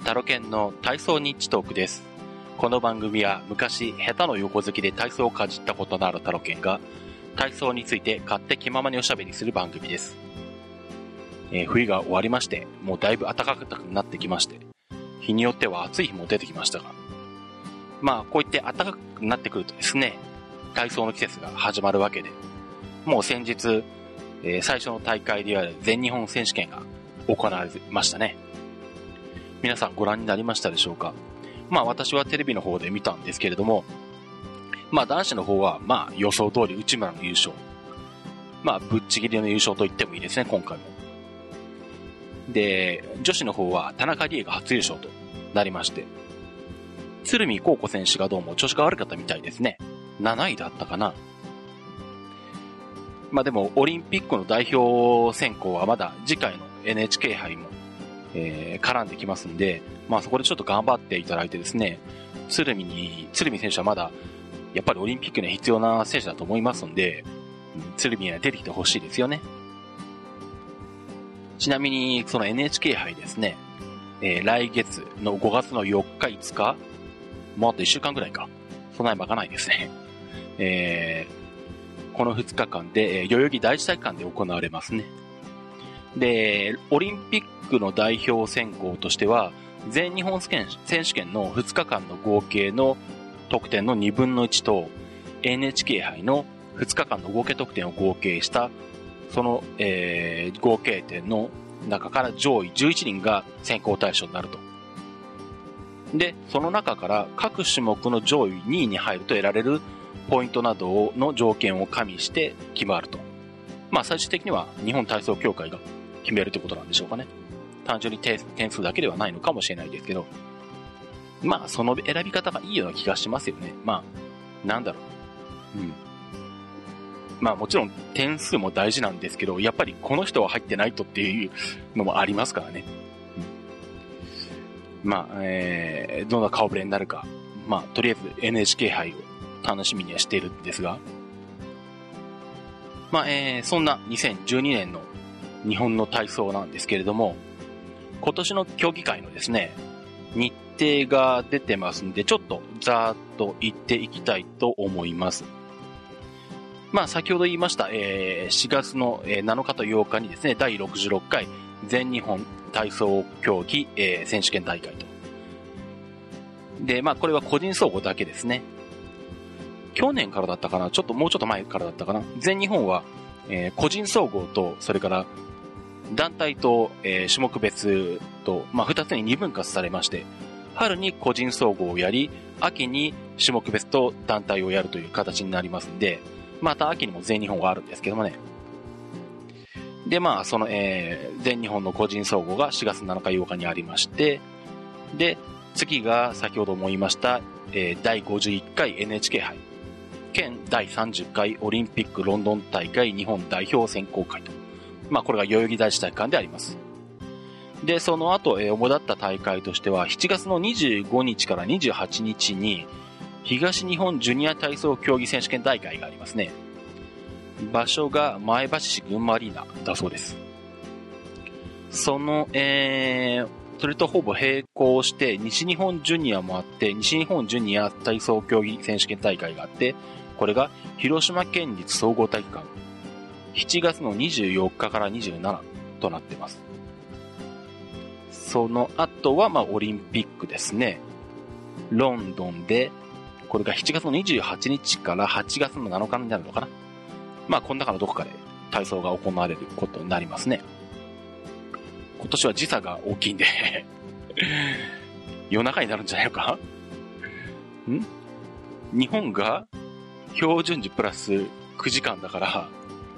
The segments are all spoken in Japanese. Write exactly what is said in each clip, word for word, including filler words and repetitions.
タロケンの体操ニッチトークです。この番組は昔下手の横好きで体操をかじったことのあるタロケンが体操について勝手気ままにおしゃべりする番組です。えー、冬が終わりまして、もうだいぶ暖かくなってきまして、日によっては暑い日も出てきましたが、まあこういって暖かくなってくるとですね、体操の季節が始まるわけで、もう先日、えー、最初の大会である全日本選手権が行われましたね。皆さんご覧になりましたでしょうか。まあ私はテレビの方で見たんですけれども、まあ男子の方はまあ予想通り内村の優勝。まあぶっちぎりの優勝と言ってもいいですね、今回も。で、女子の方は田中理恵が初優勝となりまして、鶴見虹子選手がどうも調子が悪かったみたいですね。なないだったかな。まあでもオリンピックの代表選考はまだ次回の エヌエイチケー 杯もえー、絡んできますんで、まあそこでちょっと頑張っていただいてですね、鶴見に、鶴見選手はまだ、やっぱりオリンピックには必要な選手だと思いますんで、鶴見には出てきてほしいですよね。ちなみに、その エヌエイチケー 杯ですね、えー、来月のごがつのよっかいつか、もうあといっしゅうかんぐらいか、そんなにまかないですね。えー、このふつかかんで、えー、代々木第一体育館で行われますね。で、オリンピックの代表選考としては、全日本選手権のふつかかんの合計の得点のにぶんのいちと、エヌエイチケー 杯のふつかかんの合計得点を合計した、その、えー、合計点の中から上位じゅういちにんが選考対象になると。で、その中から各種目の上位にいに入ると得られるポイントなどの条件を加味して決まると。まあ最終的には日本体操協会が決めるってことなんでしょうかね。単純に点数だけではないのかもしれないですけど、まあその選び方がいいような気がしますよね。まあなんだろう、うん、まあもちろん点数も大事なんですけど、やっぱりこの人は入ってないとっていうのもありますからね。うん、まあ、えー、どんな顔ぶれになるか、まあとりあえず エヌエイチケー 杯を楽しみにはしているんですが、まあ、えー、そんなにせんじゅうにねんの日本の体操なんですけれども、今年の競技会のですね、日程が出てますんで、ちょっとざーっと言っていきたいと思います。まあ先ほど言いました、えー、しがつのなのかとようかにですね、だいろくじゅうろっかい全日本体操競技、えー、選手権大会と。で、まあこれは個人総合だけですね。去年からだったかな、ちょっともうちょっと前からだったかな。全日本は、えー、個人総合と、それから団体と、えー、種目別と、まあ、二つに二分割されまして、春に個人総合をやり、秋に種目別と団体をやるという形になりますんで、また秋にも全日本があるんですけどもね。で、まあ、その、えー、全日本の個人総合がしがつなのかようかにありまして、で、次が先ほども言いました、えー、だいごじゅういっかい エヌエイチケー 杯、兼だいさんじゅっかいオリンピックロンドン大会日本代表選考会と。まあこれが代々木第一体育館であります。で、その後、えー、主だった大会としては、しちがつのにじゅうごにちからにじゅうはちにちに、東日本ジュニア体操競技選手権大会がありますね。場所が前橋市群馬アリーナだそうです。その、えー、それとほぼ並行して、西日本ジュニアもあって、西日本ジュニア体操競技選手権大会があって、これが広島県立総合体育館。しちがつのにじゅうよっかからにじゅうしちとなっています。その後は、まあ、オリンピックですね。ロンドンで、これがしちがつのにじゅうはちにちからはちがつのなのかになるのかな。まあ、この中のどこかで体操が行われることになりますね。今年は時差が大きいんで夜中になるんじゃないのかん日本が標準時プラスくじかんだから、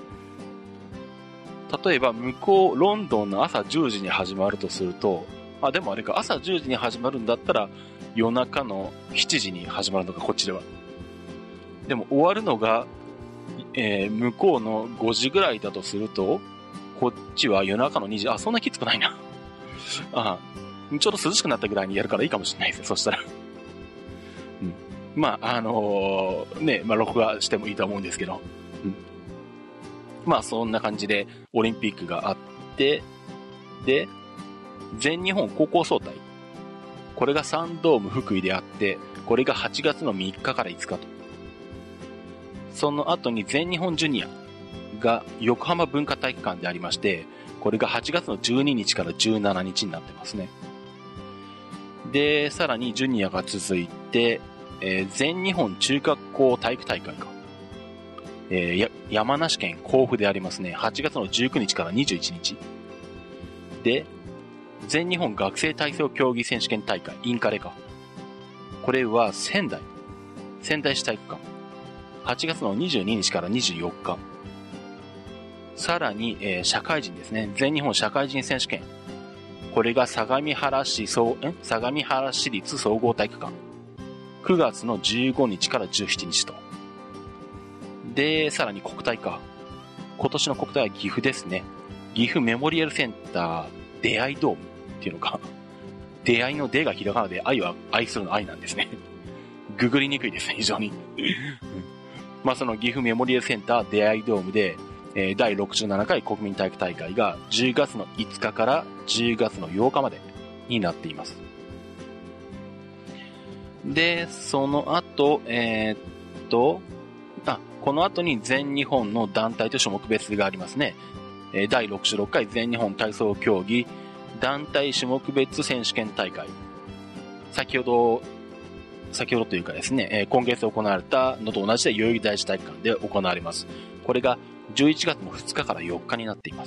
例えば向こうロンドンの朝じゅうじに始まるとすると、あ、でもあれか、朝じゅうじに始まるんだったら夜中のしちじに始まるのか、こっちでは。でも終わるのが、えー、向こうのごじぐらいだとすると、こっちは夜中のにじ、あ、そんなきつくないな。あ、ちょうど涼しくなったぐらいにやるからいいかもしれないですね、そしたら。うん、まあ、あのー、ね、まあ、録画してもいいと思うんですけど。うん、まあ、そんな感じで、オリンピックがあって、で、全日本高校総体。 これがサンドーム福井であって、これがはちがつのみっかからいつかと。その後に全日本ジュニアが横浜文化体育館でありまして、これがはちがつのじゅうににちからじゅうしちにちになってますね。で、さらにジュニアが続いて、えー、全日本中学校体育大会か。えー、や山梨県甲府でありますね。はちがつのじゅうくにちからにじゅういちにち。で、全日本学生体操競技選手権大会、インカレか。これは仙台。仙台市体育館。はちがつのにじゅうににちからにじゅうよっか。さらに、えー、社会人ですね。全日本社会人選手権。これが相模原市総、ん相模原市立総合体育館。くがつのじゅうごにちからじゅうしちにちと。で、さらに国体か。今年の国体は岐阜ですね。岐阜メモリアルセンター出会いドームっていうのか。出会いの出がひらがなで愛は愛するの愛なんですね。ググりにくいですね、非常に。まあその岐阜メモリアルセンター出会いドームで、えー、だいろくじゅうななかい国民体育大会がじゅうがつのいつかからじゅうがつのようかまでになっています。で、その後、えー、っと、あ、この後に全日本の団体と種目別がありますね。えー、だいろくじゅうろっかい全日本体操競技団体種目別選手権大会。先ほど、先ほどというかですね、えー、今月行われたのと同じで代々木第一体育館で行われます。これがじゅういちがつのふつかからよっかになっています。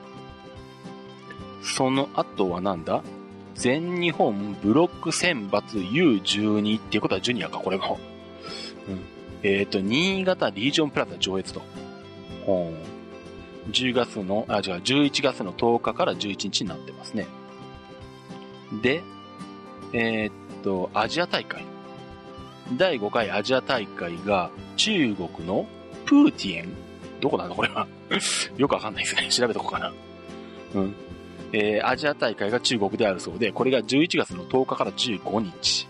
その後はなんだ？全日本ブロック選抜 ユーじゅうに っていうことはジュニアか、これも。うん、えっ、ー、と、新潟リージョンプラザ上越と。ほーじゅうがつの、あ、違う、じゅういちがつのとおかからじゅういちにちになってますね。で、えっ、ー、と、アジア大会。だいごかいアジア大会が中国のプーティエンどこなんだこれは。よくわかんないですね。調べとこうかな。うん。えー、アジア大会が中国であるそうで、これがじゅういちがつのとおかからじゅうごにち。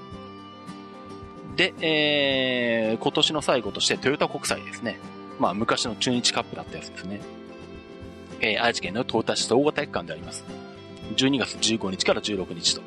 で、えー、今年の最後としてトヨタ国際ですね。まあ昔の中日カップだったやつですね。えー、愛知県の東田市総合体育館であります。じゅうにがつじゅうごにちからじゅうろくにちと。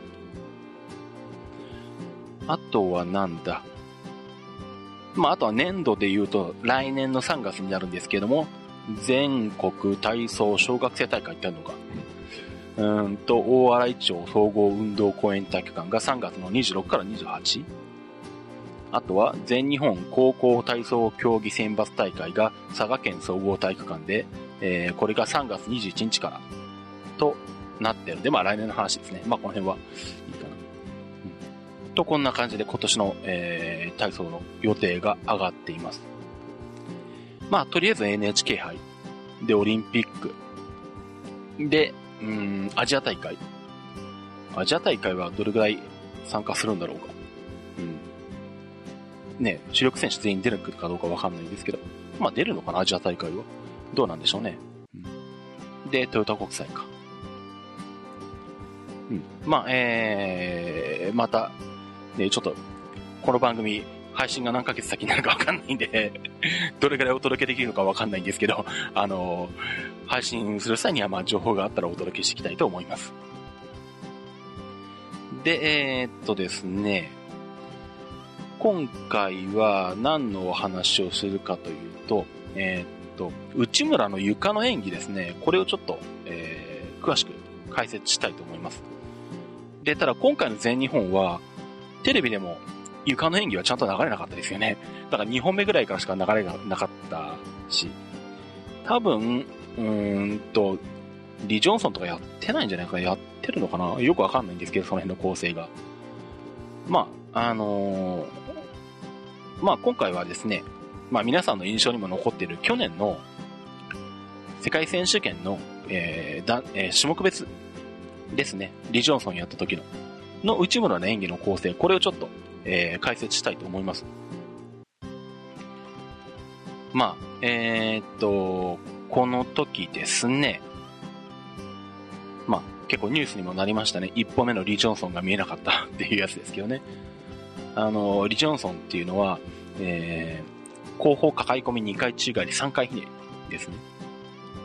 あとはなんだ。まああとは年度で言うと来年のさんがつになるんですけれども、全国体操小学生大会ってあるのか。うーんと、大洗町総合運動公園体育館がさんがつのにじゅうろくからにじゅうはち。あとは全日本高校体操競技選抜大会が佐賀県総合体育館で、えー、これがさんがつにじゅういちにちからとなってるんで、まあ来年の話ですね。まあこの辺はいいかな。うん、と、こんな感じで今年の、えー、体操の予定が上がっています。まあとりあえず エヌエイチケー 杯でオリンピックで、うーん、アジア大会。アジア大会はどれぐらい参加するんだろうか。うん。ね、主力選手全員出るかどうかわかんないんですけど。まあ出るのかな、アジア大会は。どうなんでしょうね。うん、で、トヨタ国際か。うん。まあ、えー、また、ね、ちょっと、この番組、配信が何ヶ月先になるかわかんないんで、どれぐらいお届けできるのかわかんないんですけど、あの、配信する際にはまあ情報があったらお届けしていきたいと思います。で、えー、っとですね、今回は何のお話をするかというと、えー、っと、内村の床の演技ですね、これをちょっと、えー、詳しく解説したいと思います。で、ただ今回の全日本は、テレビでも床の演技はちゃんと流れなかったですよね。だからにほんめぐらいからしか流れがなかったし、多分、うーんと、リ・ジョンソンとかやってないんじゃないかな、やってるのかな、よくわかんないんですけど、その辺の構成が。まあ、あのー、まあ今回はですね、まあ皆さんの印象にも残っている去年の世界選手権の、えーだえー、種目別ですね、リ・ジョンソンやった時の、の内村の演技の構成、これをちょっと、えー、解説したいと思います。まあ、えー、っと、この時ですね、まあ、結構ニュースにもなりましたね。一歩目のリ・ジョンソンが見えなかったっていうやつですけどね。あの、リ・ジョンソンっていうのは、えー、後方抱え込みにかい宙返りさんかいひねりですね。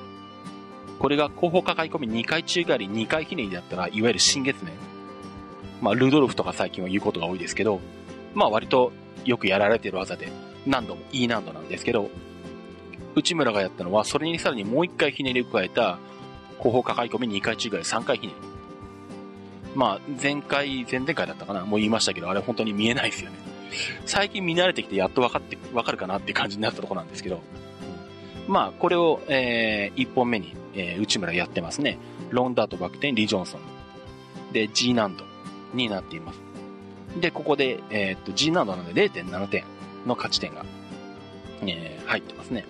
これが後方抱え込みにかい宙返りにかいひねりだったら、いわゆる新月面。 まあ、ルドルフとか最近は言うことが多いですけど、まあ割とよくやられてる技で、難度も E 難度なんですけど、内村がやったのは、それにさらにもう一回ひねりを加えた、後方抱え込みにかい宙返りさんかいひねり。まあ、前回、前々回だったかな、もう言いましたけど、あれ本当に見えないですよね。最近見慣れてきてやっと分かって、分かるかなっていう感じになったところなんですけど、うん、まあ、これを、えー、いっぽんめに、えー、内村やってますね。ロンダートバク転、リ・ジョンソン。で、G 難度になっています。で、ここで、えー、っと、G 難度なので れいてんななてんの勝ち点が、えー、入ってますね。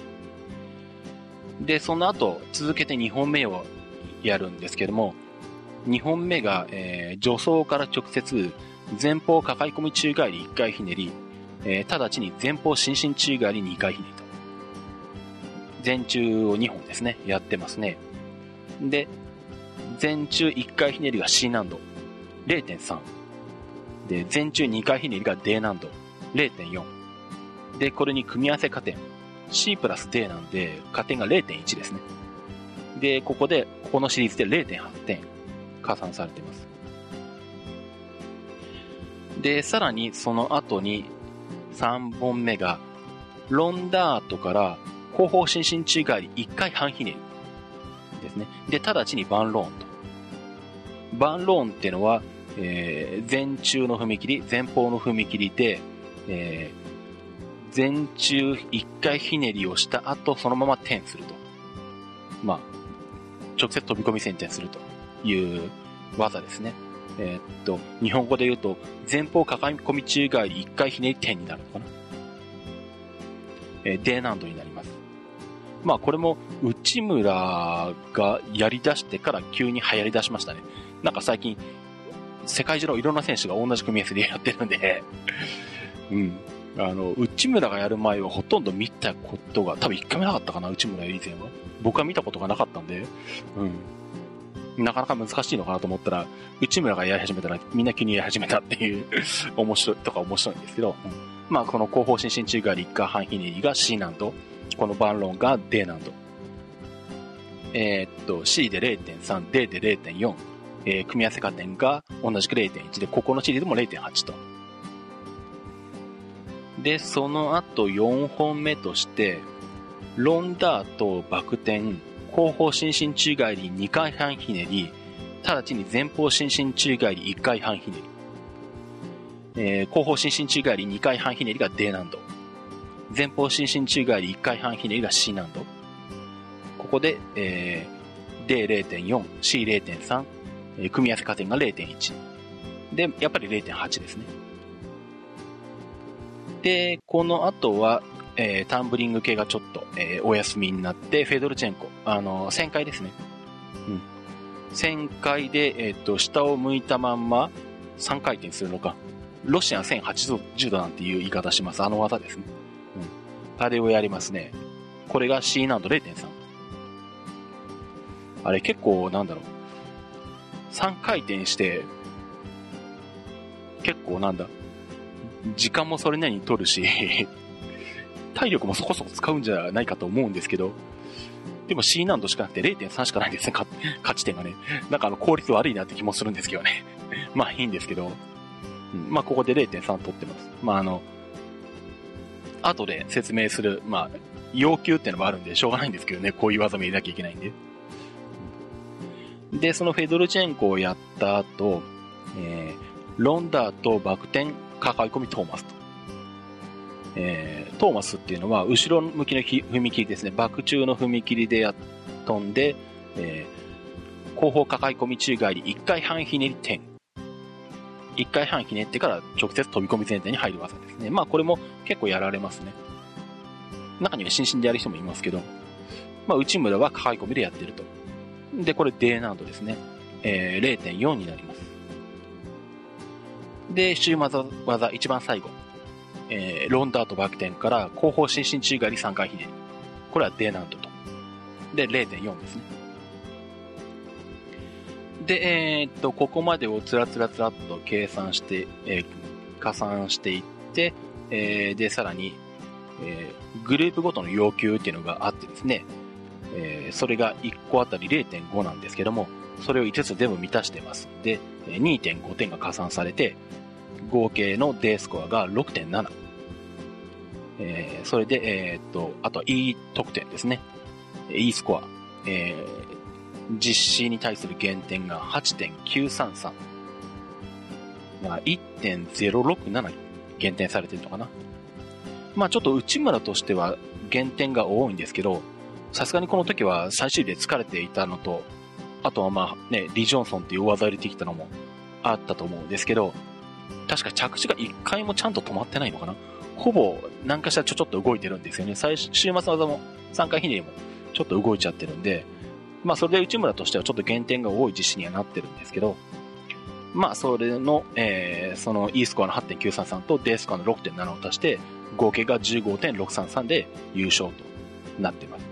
で、その後、続けてにほんめをやるんですけども、にほんめが、えー、助走から直接、前方抱え込み宙返りいっかいひねり、えー、直ちに前方伸身宙返りにかいひねりと。前宙をにほんですね、やってますね。で、前宙いっかいひねりが C 難度 れいてんさん。で、前宙にかいひねりが D 難度 れいてんよん。で、これに組み合わせ加点。C プラス D なんで、加点が れいてんいち ですね。で、ここで、ここのシリーズで れいてんはちてん加算されています。で、さらにその後にさんぼんめが、ロンダートから後方伸身宙返りいっかい半ひねりですね。で、直ちにバンローンと。バンローンっていうのは、えー、前宙の踏み切り、前方の踏み切りで、えー前宙いっかいひねりをした後、そのまま転すると。まあ、直接飛び込み旋転するという技ですね。えー、っと、日本語で言うと、前方抱え込み宙返りいっかいひねり転になるのかな。えー、D 難度になります。まあ、これも内村がやり出してから急に流行り出しましたね。なんか最近、世界中のいろんな選手が同じ組み合わせでやってるんで、うん。あの、内村がやる前はほとんど見たことが、多分一回もなかったかな、内村以前は。僕は見たことがなかったんで、うん。なかなか難しいのかなと思ったら、内村がやり始めたらみんな急にやり始めたっていう、面白い、とか面白いんですけど、うん、まあこの後方伸身宙返りいっかい半ひねりが C 難度、このバンロンが D 難度。えー、っと、C で れいてんさん、D で れいてんよん、えー、組み合わせ加点が同じく れいてんいち で、ここのシリーズも れいてんはち と。で、その後よんほんめとして、ロンダートバク転、後方伸身宙返りにかい半ひねり、直ちに前方伸身宙返りいっかい半ひねり。えー、後方伸身宙返りにかい半ひねりが D 難度。前方伸身宙返りいっかい半ひねりが C 難度。ここで、えー、D れいてんよん、C れいてんさん、えー、組み合わせ加点が れいてんいち。で、やっぱり れいてんはち ですね。で、この後は、えー、タンブリング系がちょっと、えー、お休みになって、フェドルチェンコ、あのー、旋回ですね。うん。旋回で、えっと、下を向いたまんま、さんかい転するのか。ロシアンせんはちじゅうどなんていう言い方します。あの技ですね。うん。あれをやりますね。これが C 難度 れいてんさん。あれ結構、なんだろう。さんかい転して、結構なんだ。時間もそれなりに取るし、体力もそこそこ使うんじゃないかと思うんですけど、でも C 難度しかなくて れいてんさん しかないんですね、勝ち点がね。なんかあの効率悪いなって気もするんですけどね。まあいいんですけど、うん、まあここで れいてんさん 取ってます。まああの、後で説明する、まあ、要求っていうのもあるんでしょうがないんですけどね、こういう技も入れなきゃいけないんで。で、そのフェドルチェンコをやった後、えー、ロンダーとバク転、抱え込みトーマスと。えー、トーマスっていうのは、後ろ向きの踏み切りですね。バク中の踏み切りでや飛んで、えー、後方抱え込み宙返りいっかい半ひねり転。いっかい半ひねってから直接飛び込み前転に入る技ですね。まあこれも結構やられますね。中には新進でやる人もいますけど、まあ内村は抱え込みでやってると。で、これ D 難度ですね。えー、れいてんよん になります。で、終末技一番最後。えー、ロンダートバク転から後方伸身宙返りさんかいひねり。これは D 難度と。で、れいてんよん ですね。で、えー、っと、ここまでをつらつらつらっと計算して、えー、加算していって、えー、で、さらに、えー、グループごとの要求っていうのがあってですね、えー、それがいっこあたり れいてんご なんですけども、 それをいつつ全部満たしてますんで、にてんごてんが加算されて、合計の D スコアが ろくてんなな。えー、それで、えー、っと、あとは E 得点ですね。E スコア。えー、実施に対する減点が はちてんきゅうさんさん。だから いってんぜろろくなな 減点されてるのかな。まあちょっと内村としては減点が多いんですけど、さすがにこの時は最終日で疲れていたのと、あとはまあね、リ・ジョンソンっていう技入れてきたのもあったと思うんですけど、確か着地がいっかいもちゃんと止まってないのかな。ほぼ何かしらちょちょっと動いてるんですよね。最終週末技もさんかいひねりもちょっと動いちゃってるんで、まあそれで内村としてはちょっと減点が多い実施にはなってるんですけど、まあそれの、えー、その E スコアの はちてんきゅうさんさん と D スコアの ろくてんなな を足して合計が じゅうごてんろくさんさん で優勝となっています。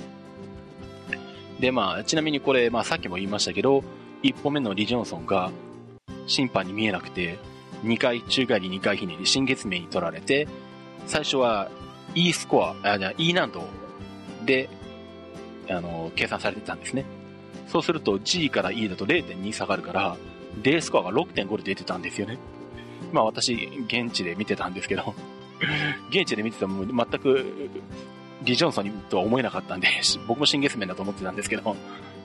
でまあちなみにこれ、まあさっきも言いましたけど、いっぽんめのリ・ジョンソンが審判に見えなくて、にかい宙返りにかいひねり新月面に取られて、最初は E スコア、あ、じゃあ E 難度で、あの、計算されてたんですね。そうすると G から E だと れいてんに 下がるから、D スコアが ろくてんご で出てたんですよね。まあ私、現地で見てたんですけど、現地で見てたも全く、リ・ジョンソンにとは思えなかったんで、僕も新月面だと思ってたんですけど、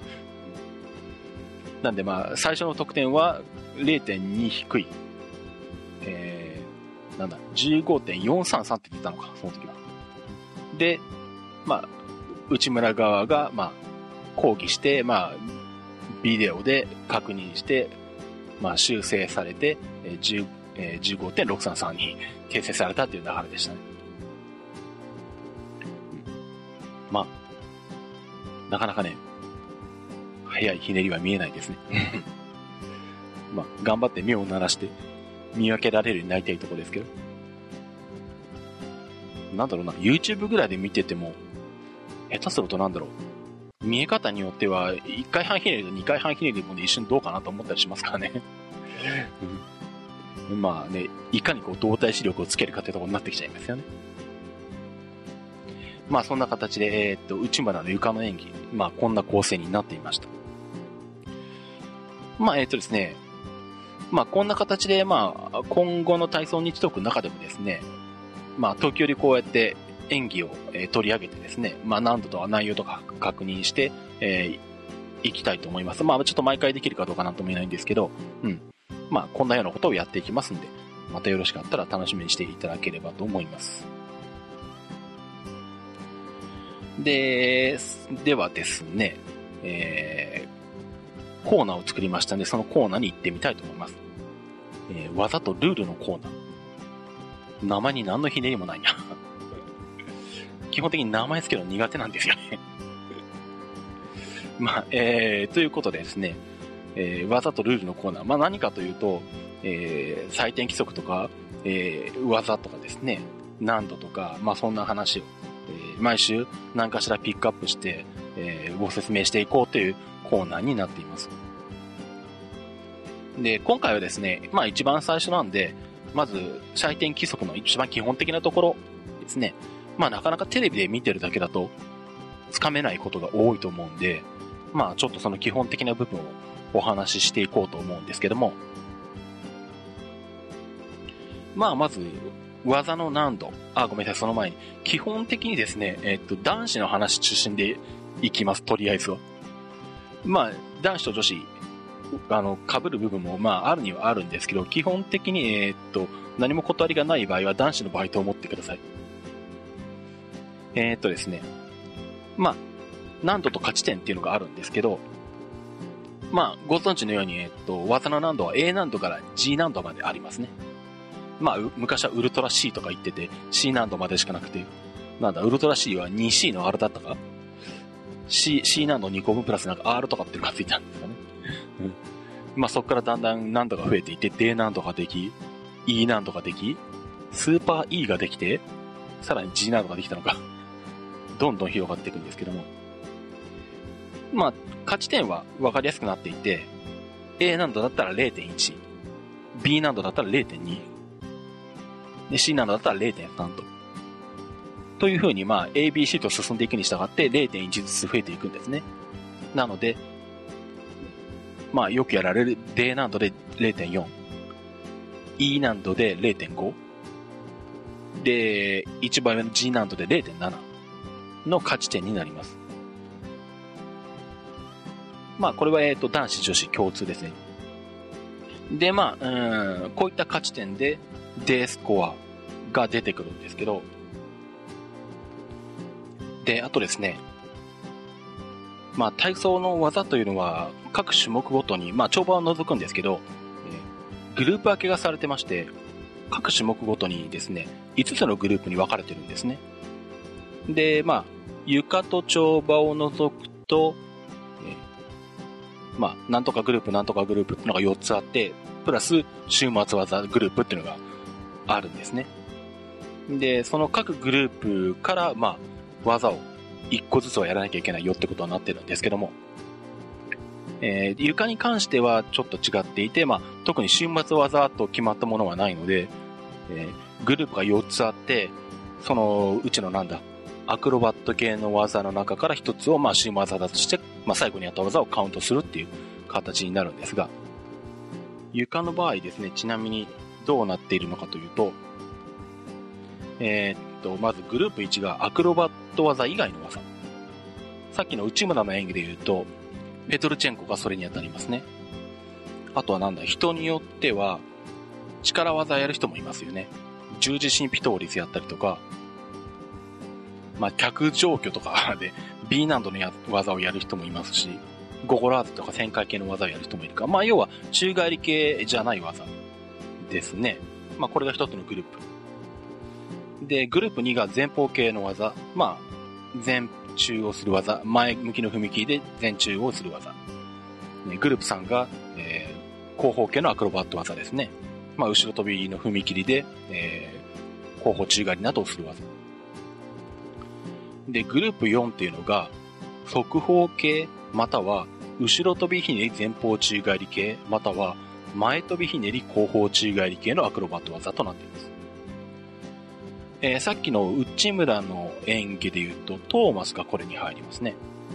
なんでまあ、最初の得点は れいてんに 低い。えー、なんだ、じゅうごてんよんさんさん って言ったのか、その時は。で、まあ、内村側が、まあ、抗議して、まあ、ビデオで確認して、まあ、修正されて、えーじゅうえー、じゅうごてんろくさんさん に訂正されたっていう流れでしたね。まあ、なかなかね、速いひねりは見えないですね。まあ、頑張って目を鳴らして見分けられるようになりたいところですけど。なんだろうな、YouTube ぐらいで見てても、下手するとなんだろう、見え方によっては、いっかいはんひねりとにかいはんひねりもね、一瞬どうかなと思ったりしますからね。うん、まあね、いかにこう動体視力をつけるかってところになってきちゃいますよね。まあそんな形で、えー、っと、内村の床の演技、まあこんな構成になっていました。まあえー、っとですね、まあこんな形で、まあ今後の体操日特の中でもですね、まあ時折こうやって演技を、えー、取り上げてですね、まあ難度とか内容とか確認して、えー、いきたいと思います。まあちょっと毎回できるかどうかなんとも言えないんですけど、うん。まあこんなようなことをやっていきますんで、またよろしかったら楽しみにしていただければと思います。で、ではですね、えー、コーナーを作りましたんで、そのコーナーに行ってみたいと思います。えー、技とルールのコーナー。名前に何のひねりもないな。基本的に名前つけるの苦手なんですよね。まあ、えー、ということでですね、えー、技とルールのコーナー。まあ何かというと、えー、採点規則とか、えー、技とかですね、難度とか、まあそんな話を、えー、毎週何かしらピックアップして、えー、ご説明していこうというコーナーになっています。で、今回はですね、まあ一番最初なんで、まず採点規則の一番基本的なところですね。まあなかなかテレビで見てるだけだとつかめないことが多いと思うんで、まあちょっとその基本的な部分をお話ししていこうと思うんですけども、まあまず技の難度、あ、ごめんなさい、その前に基本的にですね、えっと男子の話中心でいきます。とりあえずは。まあ男子と女子あの被る部分もまああるにはあるんですけど、基本的にえっと何も断りがない場合は男子の場合と思ってください。えー、っとですね、まあ難度と価値点っていうのがあるんですけど、まあご存知のように、えっと技の難度は A 難度から G 難度までありますね。まあ昔はウルトラ C とか言ってて C 難度までしかなくて、なんだウルトラ C は にシー の R だったか C, C 難度にこぶプラスなんか R とかっていうのがついたんですかね。うん、まあそこからだんだん難度が増えていって D 難度ができ、E 難度ができ、スーパー E ができて、さらに G 難度ができたのか、どんどん広がっていくんですけども、まあ価値点は分かりやすくなっていて、A 難度だったら れいてんいち、B 難度だったら れいてんに、で C 難度だったら れいてんさん と。という風にまあ エービーシー と進んでいくに従って れいてんいち ずつ増えていくんですね。なので、 まあよくやられる D 難度で れいてんよん、E 難度で れいてんご、で、一番上の G 難度で れいてんなな の勝ち点になります。まあこれはえっと男子女子共通ですね。で、まあ、うん、こういった勝ち点で D スコアが出てくるんですけど、で、あとですね、まあ体操の技というのは各種目ごとに、まあ跳馬を除くんですけど、グループ分けがされてまして、各種目ごとにですね、いつつのグループに分かれてるんですね。で、まあ、床と跳馬を除くと、えー、まあ、なんとかグループ、なんとかグループっていうのがよっつあって、プラス、週末技グループっていうのがあるんですね。で、その各グループから、まあ、技をいっこずつはやらなきゃいけないよってことになってるんですけども、えー、床に関してはちょっと違っていて、まあ、特に週末技と決まったものはないので、えー、グループがよっつあって、そのうちのなんだ、アクロバット系の技の中からひとつを、まあ、週末技として、まあ、最後にやった技をカウントするっていう形になるんですが、床の場合ですね、ちなみにどうなっているのかというと、えー、っと、まずグループいちがアクロバット技以外の技。さっきの内村の演技で言うと、ペトルチェンコがそれに当たりますね。あとはなんだ、人によっては、力技やる人もいますよね。十字心ピトーリスやったりとか、まあ、脚上挙とかで B 難度の技をやる人もいますし、ゴゴラーズとか旋回系の技をやる人もいるか。まあ、要は、宙返り系じゃない技ですね。まあ、これが一つのグループ。で、グループにが前方系の技。まあ、前宙をする技。前向きの踏み切りで前宙をする技。グループさんが、えー、後方系のアクロバット技ですね。まあ、後ろ飛びの踏み切りで、えー、後方宙返りなどをする技。で、グループよんっていうのが、側方系、または、後ろ飛びひねり前方宙返り系、または、前飛びひねり後方宙返り系のアクロバット技となっています。えー、さっきの内村の演技で言うと、トーマスがこれに入りますね。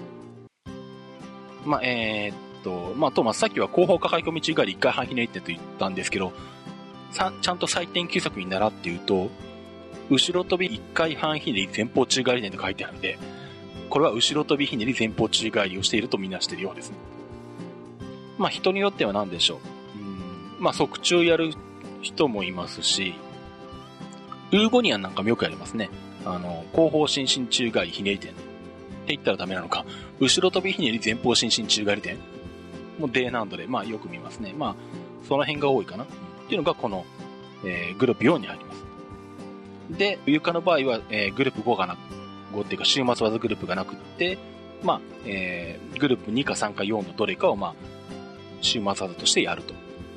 まあ、えー、っと、まあ、トーマス、さっきは後方抱え込み宙返りいっかい半ひねりってと言ったんですけど、さ、ちゃんと採点休息に習って言うと、後ろ飛びいっかい半ひねり前方宙返り点と書いてあるんで、これは後ろ飛びひねり前方宙返りをしているとみんなしているようですね。まあ、人によっては何でしょう。うーん、まあ、側宙やる人もいますし、ウーボニアンなんかもよくやりますね。あの、後方伸身宙返りひねり点って言ったらダメなのか。後ろ飛びひねり前方伸身宙返り点もう D 難度で、まあよく見ますね。まあ、その辺が多いかな。っていうのがこの、えー、グループよんに入ります。で、床の場合は、えー、グループごがなく、ごっていうか週末技グループがなくって、まあ、えー、グループにかさんかよんのどれかを、まあ、週末技としてやると。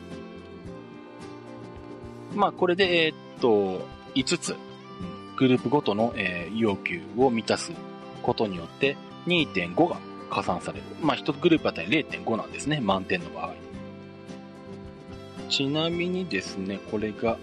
まあ、これで、えー、っと、いつつ、グループごとの、えー、要求を満たすことによって にてんご が加算される。まあ、いちグループあたり れいてんご なんですね。満点の場合。ちなみにですね、これが、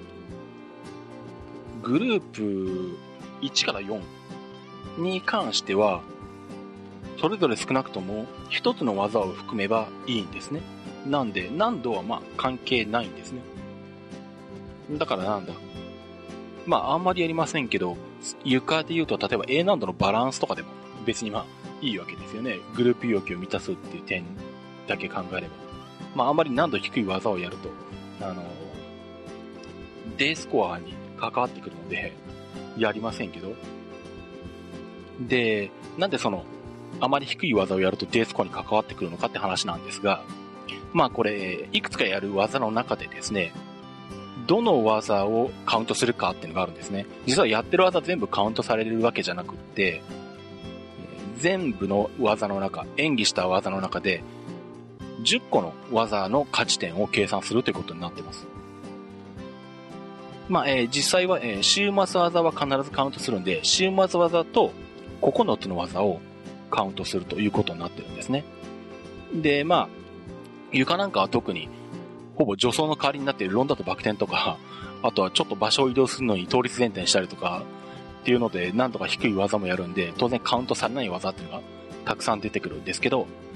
グループいちからよんに関しては、それぞれ少なくともひとつの技を含めばいいんですね。なんで、難度はまあ関係ないんですね。だからなんだ。まあ、あんまりやりませんけど、床で言うと、例えば A 難度のバランスとかでも別にまあいいわけですよね。グループ要求を満たすっていう点だけ考えれば。まあ、あんまり難度低い技をやると、あの、D スコアに関わってくるので、やりませんけど。で、なんでその、あまり低い技をやると D スコアに関わってくるのかって話なんですが、まあこれ、いくつかやる技の中でですね、どの技をカウントするかっていうのがあるんですね。実はやってる技全部カウントされるわけじゃなくって、全部の技の中、演技した技の中で、じゅっこの技の価値点を計算するということになっています。まあ、えー、実際は、えー、週末技は必ずカウントするんで、週末技とここのつの技をカウントするということになってるんですね。で、まあ、床なんかは特に、ほぼ助走の代わりになっているロンダとバク転とか、あとはちょっと場所を移動するのに倒立前転したりとか、っていうので、なんとか低い技もやるんで、当然カウントされない技っていうのがたくさん出てくるんですけど、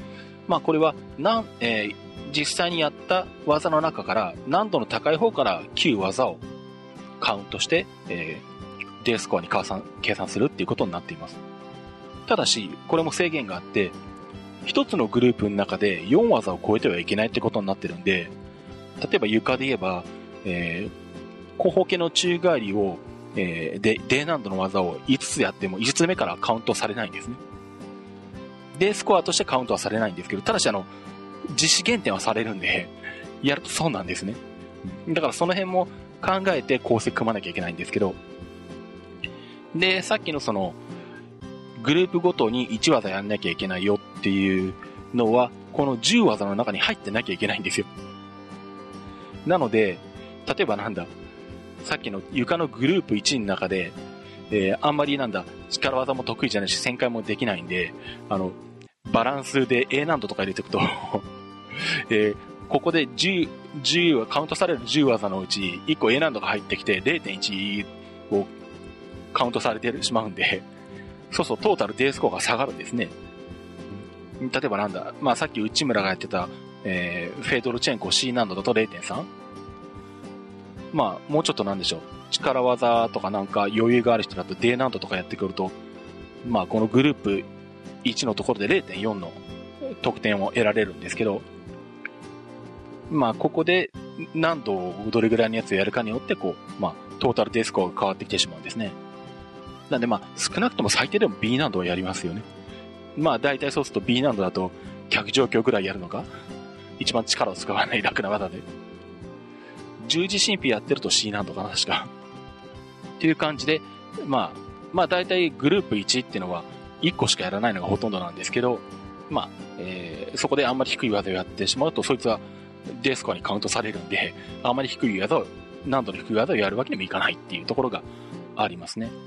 まあこれはなん、えー、実際にやった技の中から難度の高い方からきゅう技をカウントして、えー、デースコアに計算、計算するっていうことになっています。ただし、これも制限があって、一つのグループの中でよん技を超えてはいけないってことになってるんで、例えば床で言えば、えー、後方系の宙返りを、えー、で、低難度の技をいつつやってもいつつめからカウントされないんですね。デースコアとしてカウントはされないんですけど、ただしあの、実施減点はされるんで、やるとそうなんですね。だからその辺も考えて構成組まなきゃいけないんですけど、で、さっきのその、グループごとにいち技やんなきゃいけないよっていうのは、このじゅう技の中に入ってなきゃいけないんですよ。なので、例えばなんだ、さっきの床のグループいちの中で、えー、あんまりなんだ、力技も得意じゃないし、旋回もできないんで、あの、バランスで A 難度とか入れていくと、えー、ここでじゅう、じゅう、カウントされるじゅう技のうち、いっこ A 難度が入ってきて れいてんいち をカウントされてしまうんで、そうそう、トータルデースコアが下がるんですね。例えばなんだ、まあさっき内村がやってた、えー、フェードルチェンコ C 難度だと れいてんさん？ まあ、もうちょっとなんでしょう。力技とかなんか余裕がある人だと D 難度とかやってくると、まあこのグループいちのところで れいてんよん の得点を得られるんですけど、まあここで難度をどれぐらいのやつをやるかによってこう、まあトータルデースコアが変わってきてしまうんですね。なんでまあ少なくとも最低でも B 難度はやりますよね。まあ大体そうすると B 難度だと逆状況ぐらいやるのが一番力を使わない楽な技で。十字神秘やってると C 難度かな、確か。っていう感じで、まあ、まあ大体グループいちっていうのはいっこしかやらないのがほとんどなんですけど、まあ、えー、そこであんまり低い技をやってしまうと、そいつはデースコアにカウントされるんで、あんまり低い技を、難度の低い技をやるわけにもいかないっていうところがありますね。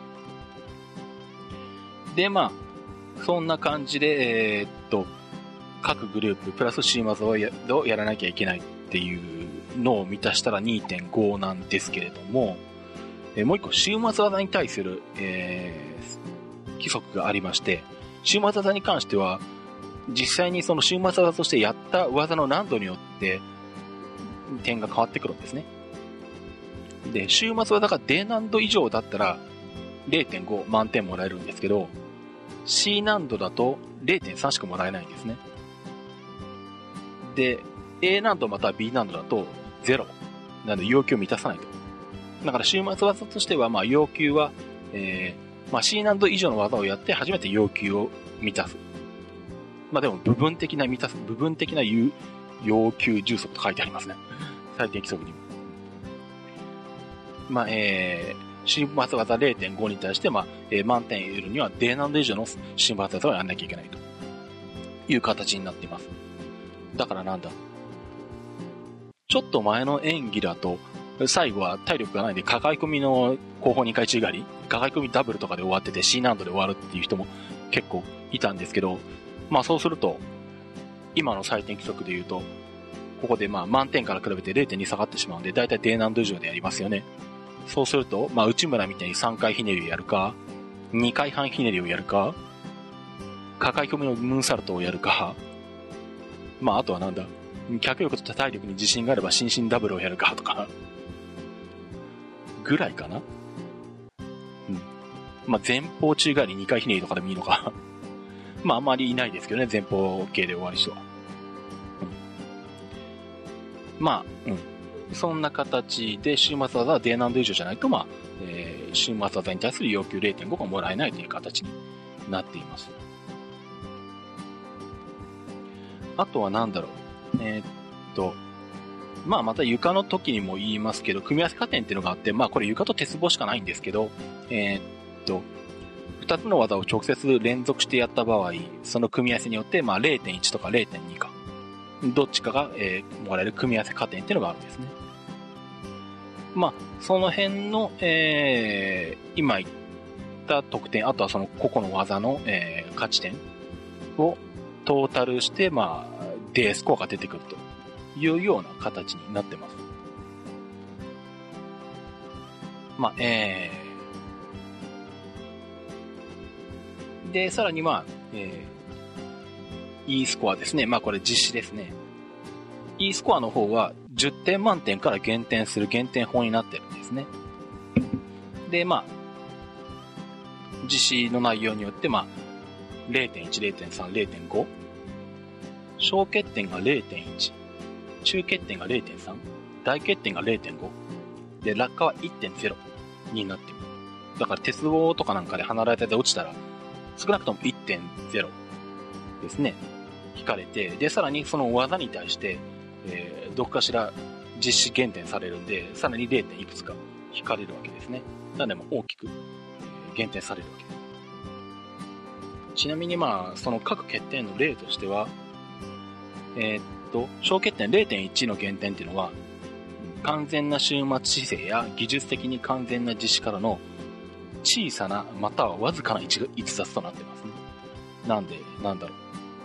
で、まあ、そんな感じで、えー、っと、各グループプラス C 技を や, をやらなきゃいけないっていうのを満たしたら にてんご なんですけれども、えー、もう一個終末技に対する、えー、規則がありまして、終末技に関しては実際にその終末技としてやった技の難度によって点が変わってくるんですね。で、終末技が D 難度以上だったら れいてんご 満点もらえるんですけど、C 難度だと れいてんさん しかもらえないんですね。で、A 難度または B 難度だとゼロ。なので要求を満たさないと。だから終末技としては、まあ要求は、えー、まあ C 難度以上の技をやって初めて要求を満たす。まあでも部分的な満たす、部分的な要求充足と書いてありますね。最低規則にも。まあ、えー、終末技 れいてんご に対して、まあ、えー、満点得るには D 難度以上の終末技をやらなきゃいけないという形になっています。だからなんだ。ちょっと前の演技だと、最後は体力がないんで、抱え込みの後方にかい宙返り、抱え込みダブルとかで終わってて C 難度で終わるっていう人も結構いたんですけど、まあそうすると、今の採点規則で言うと、ここでまあ満点から比べて れいてんに 下がってしまうんで、だいたい D 難度以上でやりますよね。そうすると、まあ内村みたいにさんかいひねりをやるか、にかい半ひねりをやるか、抱え込みのムーンサルトをやるか、まああとはなんだ、脚力と体力に自信があれば心身ダブルをやるかとか、ぐらいかな。うん。まあ前方宙返りにかいひねりとかでもいいのか。まああんまりいないですけどね、前方系で終わる人は。うん、まあ、うん。そんな形で終末技は D 難度以上じゃないと、まあ、えー、終末技に対する要求 れいてんご がもらえないという形になっています。あとはなんだろう。えー、っと、まあまた床の時にも言いますけど、組み合わせ加点っていうのがあって、まあこれ床と鉄棒しかないんですけど、えー、っと、二つの技を直接連続してやった場合、その組み合わせによって、まあ れいてんいち とか れいてんに か、どっちかが、えー、もらえる組み合わせ加点っていうのがあるんですね。まあ、その辺の、えー、今言った得点、あとはその個々の技の、えー、価値点をトータルして、まあ、D スコアが出てくるというような形になってます。まあ、えー、で、さらにまあ、えー、 E スコアですね。まあこれ実施ですね。E スコアの方はじゅってん満点から減点する減点法になってるんですね。で、まあ、実施の内容によって、まあ、れいてんいち、れいてんさん、れいてんご。小欠点が れいてんいち。中欠点が れいてんさん。大欠点が れいてんご。で、落下は いってんゼロ になっています。だから鉄棒とかなんかで離れてて落ちたら、少なくとも いってんゼロ ですね。引かれて、で、さらにその技に対して、えー、どこかしら実施減点されるんで、さらに れいてんいくつか引かれるわけですね。なので、も大きく減点されるわけです。ちなみにまあ、その各欠点の例としては、えー、っと、小欠点 れいてんいち の減点っていうのは、完全な終末姿勢や技術的に完全な実施からの小さなまたはわずかな逸脱となってますね。なんで、なんだろ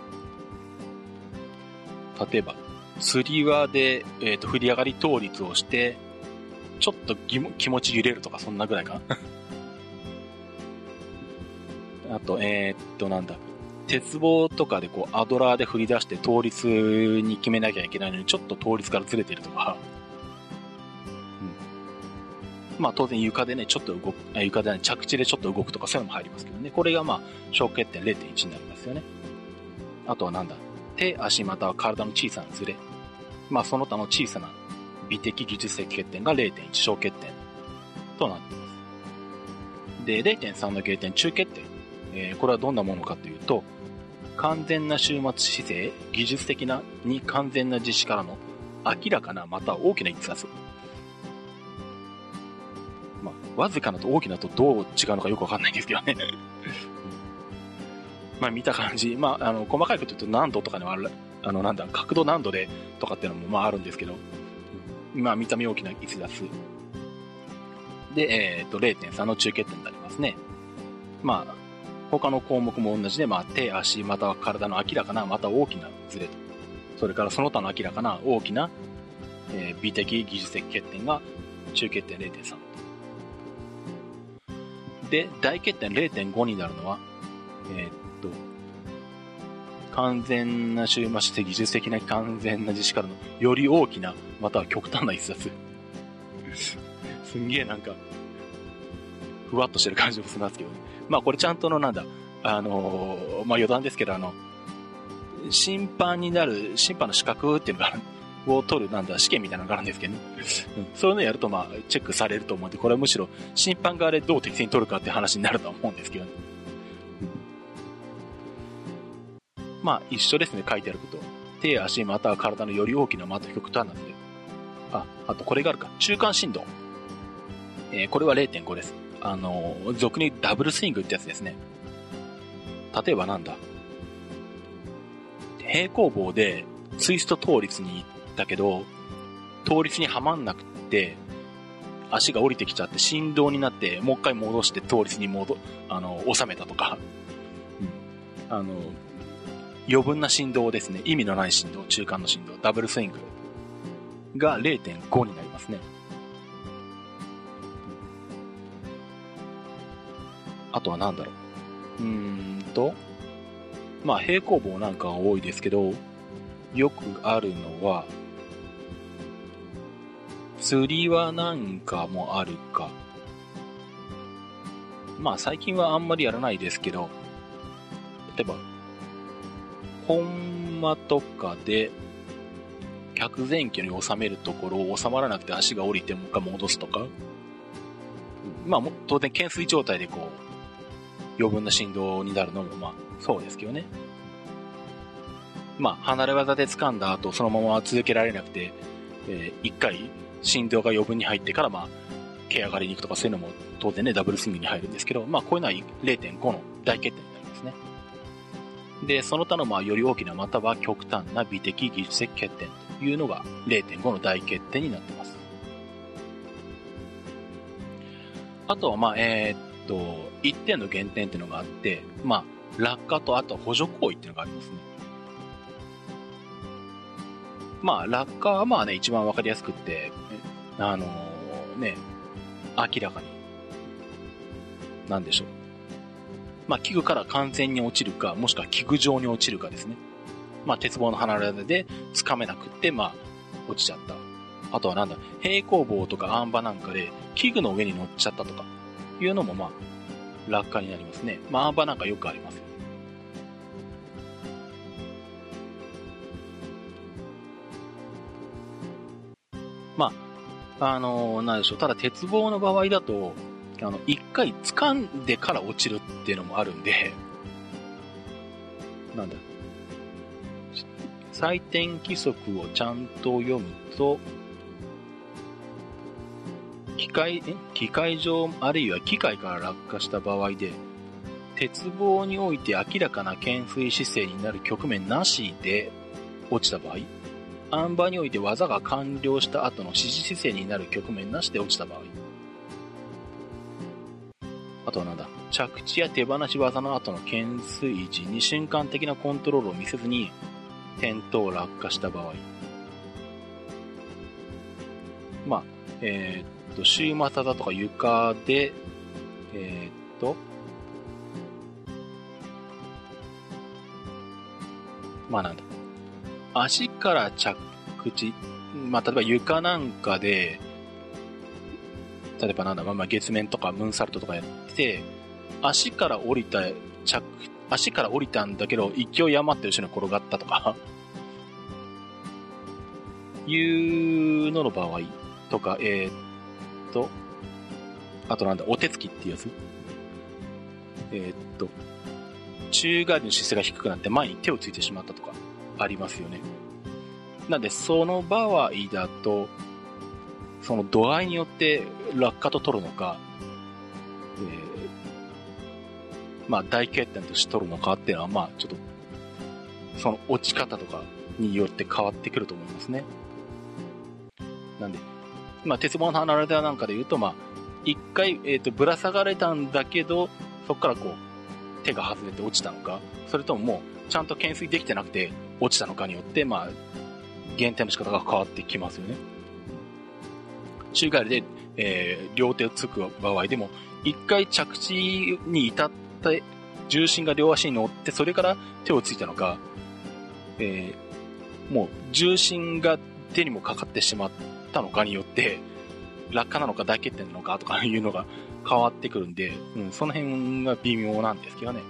う。例えば、釣り輪で、えー、と振り上がり倒立をして、ちょっと気持ち揺れるとかそんなぐらいかな。あと、えー、っと、なんだ。鉄棒とかでこうアドラーで振り出して倒立に決めなきゃいけないのにちょっと倒立からずれてるとか。うん、まあ当然床でね、ちょっと動く、床でね、着地でちょっと動くとかそういうのも入りますけどね。これがまあ小欠点 れいてんいち になりますよね。あとはなんだ。手、足または体の小さなズレ。まあその他の小さな美的技術的欠点が れいてんいち 小欠点となっています。で、れいてんさん の減点中欠点。えー、これはどんなものかというと、完全な終末姿勢、技術的なに完全な実施からの明らかなまたは大きな逸脱。まあ、わずかなと大きなとどう違うのかよくわかんないんですけどね。まあ見た感じ、まあ、あの、細かいこと言うと難度とかにはある、あの、なんだ、角度難度でとかっていうのもまああるんですけど、まあ見た目大きな逸脱。で、えっと、れいてんさん の中欠点になりますね。まあ、他の項目も同じで、まあ、手、足、または体の明らかな、また大きなズレと。それからその他の明らかな大きな、えー、美的、技術的欠点が中欠点 れいてんさん。で、大欠点 れいてんご になるのは、えー、っと、完全な終末して技術的な完全な実施からのより大きな、または極端な逸脱。すんげえなんか、ふわっとしてる感じもするんですけどね。まあこれちゃんとのなんだ、あのー、まあ余談ですけど、あの、審判になる、審判の資格っていうのが、を取るなんだ、試験みたいなのがあるんですけどね。うん、そういうのやるとまあチェックされると思うんで、これはむしろ審判側でどう適正に取るかって話になるとは思うんですけどね。うん、まあ一緒ですね、書いてあること。手、足、または体のより大きなまた極端なズレ。あ、あとこれがあるか。中間振動。えー、これは れいてんご です。あの、俗にダブルスイングってやつですね。例えばなんだ。平行棒でツイスト倒立に行ったけど、倒立にはまんなくって、足が降りてきちゃって振動になって、もう一回戻して倒立に戻、あの、収めたとか。うん、あの、余分な振動ですね。意味のない振動、中間の振動、ダブルスイングが れいてんご になりますね。あとはなんだろう。うーんと、まあ平行棒なんかが多いですけど、よくあるのは、釣り輪なんかもあるか。まあ最近はあんまりやらないですけど、例えば、コンマとかで、脚前挙に収めるところを収まらなくて足が降りてもう一回戻すとか。まあ当然懸垂状態でこう、余分な振動になるのもまあそうですけどね。まあ離れ技で掴んだ後そのまま続けられなくて、えー、一回振動が余分に入ってからまあ蹴上がりに行くとかそういうのも当然ねダブルスイングに入るんですけど、まあこういうのは れいてんご の大欠点になりますね。で、その他のまあより大きなまたは極端な美的技術的欠点というのが れいてんご の大欠点になっています。あとはまあえー、っといってんの減点っていうのがあって、まあ落下とあと補助行為っていうのがありますね。まあ落下はまあね一番わかりやすくって、あのー、ね明らかになんでしょう。まあ器具から完全に落ちるかもしくは器具上に落ちるかですね。 まあ、鉄棒の離れで掴めなくって、まあ、落ちちゃった。あとはなんだ、平行棒とかあん馬なんかで器具の上に乗っちゃったとかいうのもまあ、落下になりますね。まあ、あん馬なんかよくありますよ。まあ、あのー、なんでしょう。ただ鉄棒の場合だと、あの、一回掴んでから落ちるっていうのもあるんで、なんだ、採点規則をちゃんと読むと、機械、え機械上あるいは機械から落下した場合で、鉄棒において明らかな懸垂姿勢になる局面なしで落ちた場合、あん馬において技が完了した後の指示姿勢になる局面なしで落ちた場合、あとはなんだ、着地や手放し技の後の懸垂時に瞬間的なコントロールを見せずに転倒落下した場合、まあ、えー、っと、週股だとか床で、えー、っと、まあなんだ、足から着地、まあ例えば床なんかで、例えばなんだ、まあまあ月面とかムーンサルトとかやって、足から降りた、着、足から降りたんだけど、勢い余って後ろに転がったとか、いうのの場合とか、えー、っと、あとなんだ、お手つきっていうやつ。えー、っと、宙返りの姿勢が低くなって前に手をついてしまったとか、ありますよね。なんで、その場合だと、その度合いによって落下と取るのか、えー、まあ大欠点として取るのかっていうのは、まあちょっと、その落ち方とかによって変わってくると思いますね。なんで、まあ鉄棒の離れたなんかで言うと、まあ、一回、えっと、ぶら下がれたんだけど、そこからこう、手が外れて落ちたのか、それとももう、ちゃんと懸垂できてなくて落ちたのかによって、まあ、減点の仕方が変わってきますよね。宙返りで、えー、両手をつく場合でも、一回着地に至って重心が両足に乗って、それから手をついたのか、えー、もう重心が手にもかかってしまったのかによって、落下なのか大欠点なのかとかいうのが変わってくるんで、うん、その辺が微妙なんですけどね。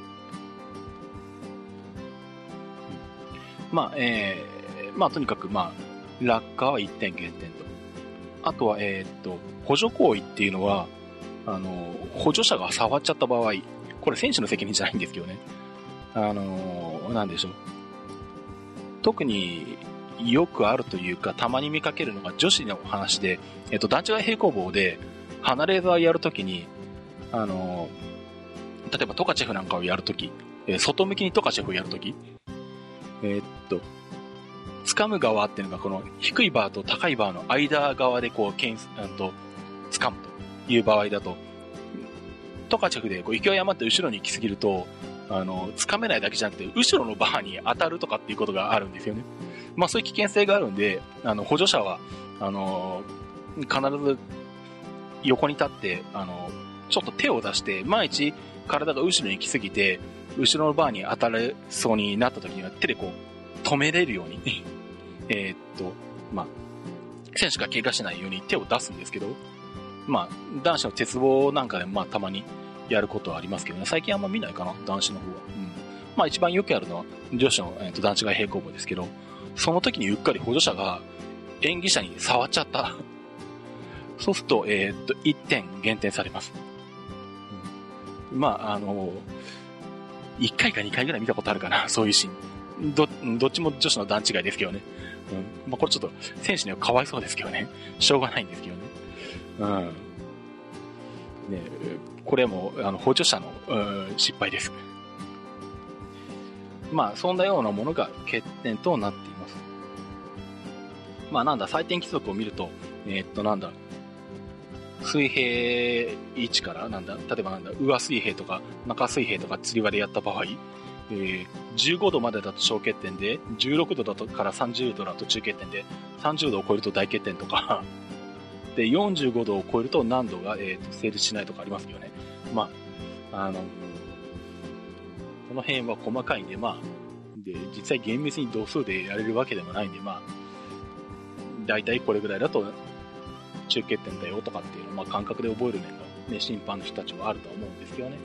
うん、まあ、えー、まあとにかくまあ、落下はいってん減点と。あとは、えー、っと、補助行為っていうのは、あの、補助者が触っちゃった場合、これ選手の責任じゃないんですけどね。あの、なんでしょう。特によくあるというか、たまに見かけるのが女子の話で、えっと、段違い平行棒で、離れ技やるときに、あの、例えばトカチェフなんかをやるとき、えー、外向きにトカチェフをやるとき、えー、っと、掴む側っていうのがこの低いバーと高いバーの間側でこう、けん、うんと、掴むという場合だと、トカチェフでこう勢い余って後ろに行き過ぎると、あの、掴めないだけじゃなくて、後ろのバーに当たるとかっていうことがあるんですよね。まあそういう危険性があるんで、あの、補助者は、あの、必ず横に立って、あの、ちょっと手を出して、万一体が後ろに行き過ぎて、後ろのバーに当たれそうになった時には手でこう、止めれるように、えっと、まあ、選手が怪我しないように手を出すんですけど、まあ、男子の鉄棒なんかでもまあたまにやることはありますけどね、最近あんま見ないかな、男子の方は。うん。まあ一番よくやるのは女子の、えー、と段違い平行棒ですけど、その時にうっかり補助者が演技者に触っちゃった。そうすると、えっと、いってん減点されます。うん、まあ、あの、いっかいかにかいぐらい見たことあるかな、そういうシーン。ど、どっちも女子の段違いですけどね。うん。まあこれちょっと選手にはかわいそうですけどね。しょうがないんですけどね。うん。ね、これはもう、あの、補助者の、うん、失敗です。まあ、そんなようなものが欠点となっています。まあ、なんだ、採点規則を見ると、えー、っと、なんだ、水平位置から、なんだ、例えばなんだ、上水平とか、中水平とか釣り輪でやった場合、えー、じゅうごどまでだと小欠点で、じゅうろくどだとからさんじゅうどだと中欠点で、さんじゅうどを超えると大欠点とか、で、よんじゅうごどを超えると難度が、えー、と成立しないとかありますよね。まあ、あの、この辺は細かいんで、まあ、 で、実際厳密に同数でやれるわけでもないんで、まあ、だいたいこれぐらいだと中継点だよとかっていうのを、まあ、感覚で覚える面が、ね、審判の人たちはあるとは思うんですけどね。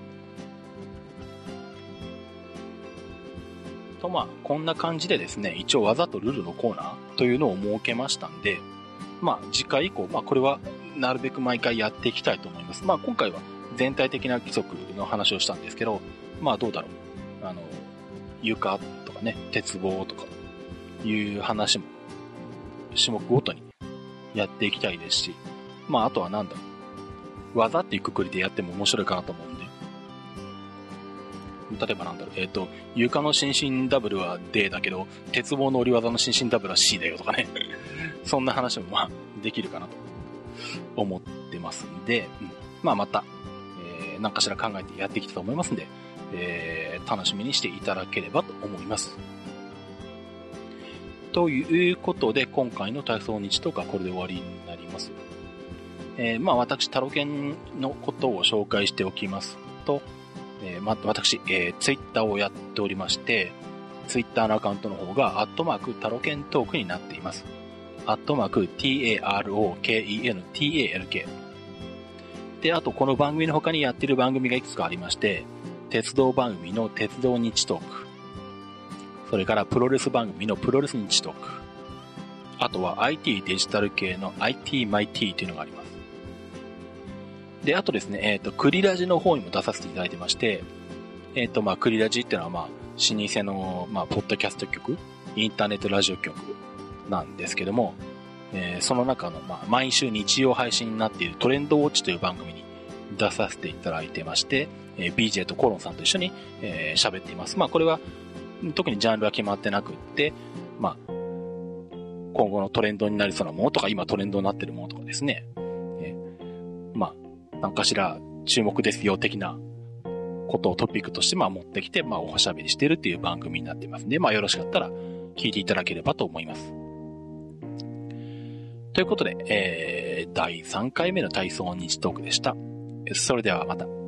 と、まあ、こんな感じでですね、一応技とルールのコーナーというのを設けましたんで、まあ、次回以降、まあ、これはなるべく毎回やっていきたいと思います。まあ、今回は全体的な規則の話をしたんですけど、まあ、どうだろう。あの、床とかね、鉄棒とかいう話も、種目ごとにやっていきたいですし、まあ、あとはなんだろう。技っていうくくりでやっても面白いかなと思うんで、例えばなんだろう、えっと、床の伸身ダブルは D だけど、鉄棒の折り技の伸身ダブルは C だよとかね。そんな話もまあ、できるかなと思ってますんで、うん、まあまた、えー、何かしら考えてやっていきたいと思いますんで、えー、楽しみにしていただければと思います。ということで、今回の体操日とかこれで終わりになります。えー、まあ私、タロケンのことを紹介しておきますと、えー、ま、私、えー、ツイッターをやっておりまして、ツイッターのアカウントの方が、アットマークタロケントークになっています。アットマーク タロケントーク。で、あとこの番組の他にやっている番組がいくつかありまして、鉄道番組の鉄道日トーク。それからプロレス番組のプロレス日トーク。あとは アイティー デジタル系の アイティー マイティー というのがあります。で、あとですね、えっと、クリラジの方にも出させていただいてまして、えっと、まあ、クリラジっていうのは、まあ、老舗の、まあ、ポッドキャスト局、インターネットラジオ局なんですけども、えー、その中の、まあ、毎週日曜配信になっているトレンドウォッチという番組に出させていただいてまして、えー、ビージェー とコロンさんと一緒に、えー、喋っています。まあ、これは、特にジャンルは決まってなくって、まあ、今後のトレンドになりそうなものとか、今トレンドになっているものとかですね、えー、まあ、何かしら注目ですよ的なことをトピックとしてまあ持ってきてまあおしゃべりしてるっていう番組になってますんで、まあよろしかったら聞いていただければと思います。ということで、えー、だいさんかいめの体操日トークでした。それではまた。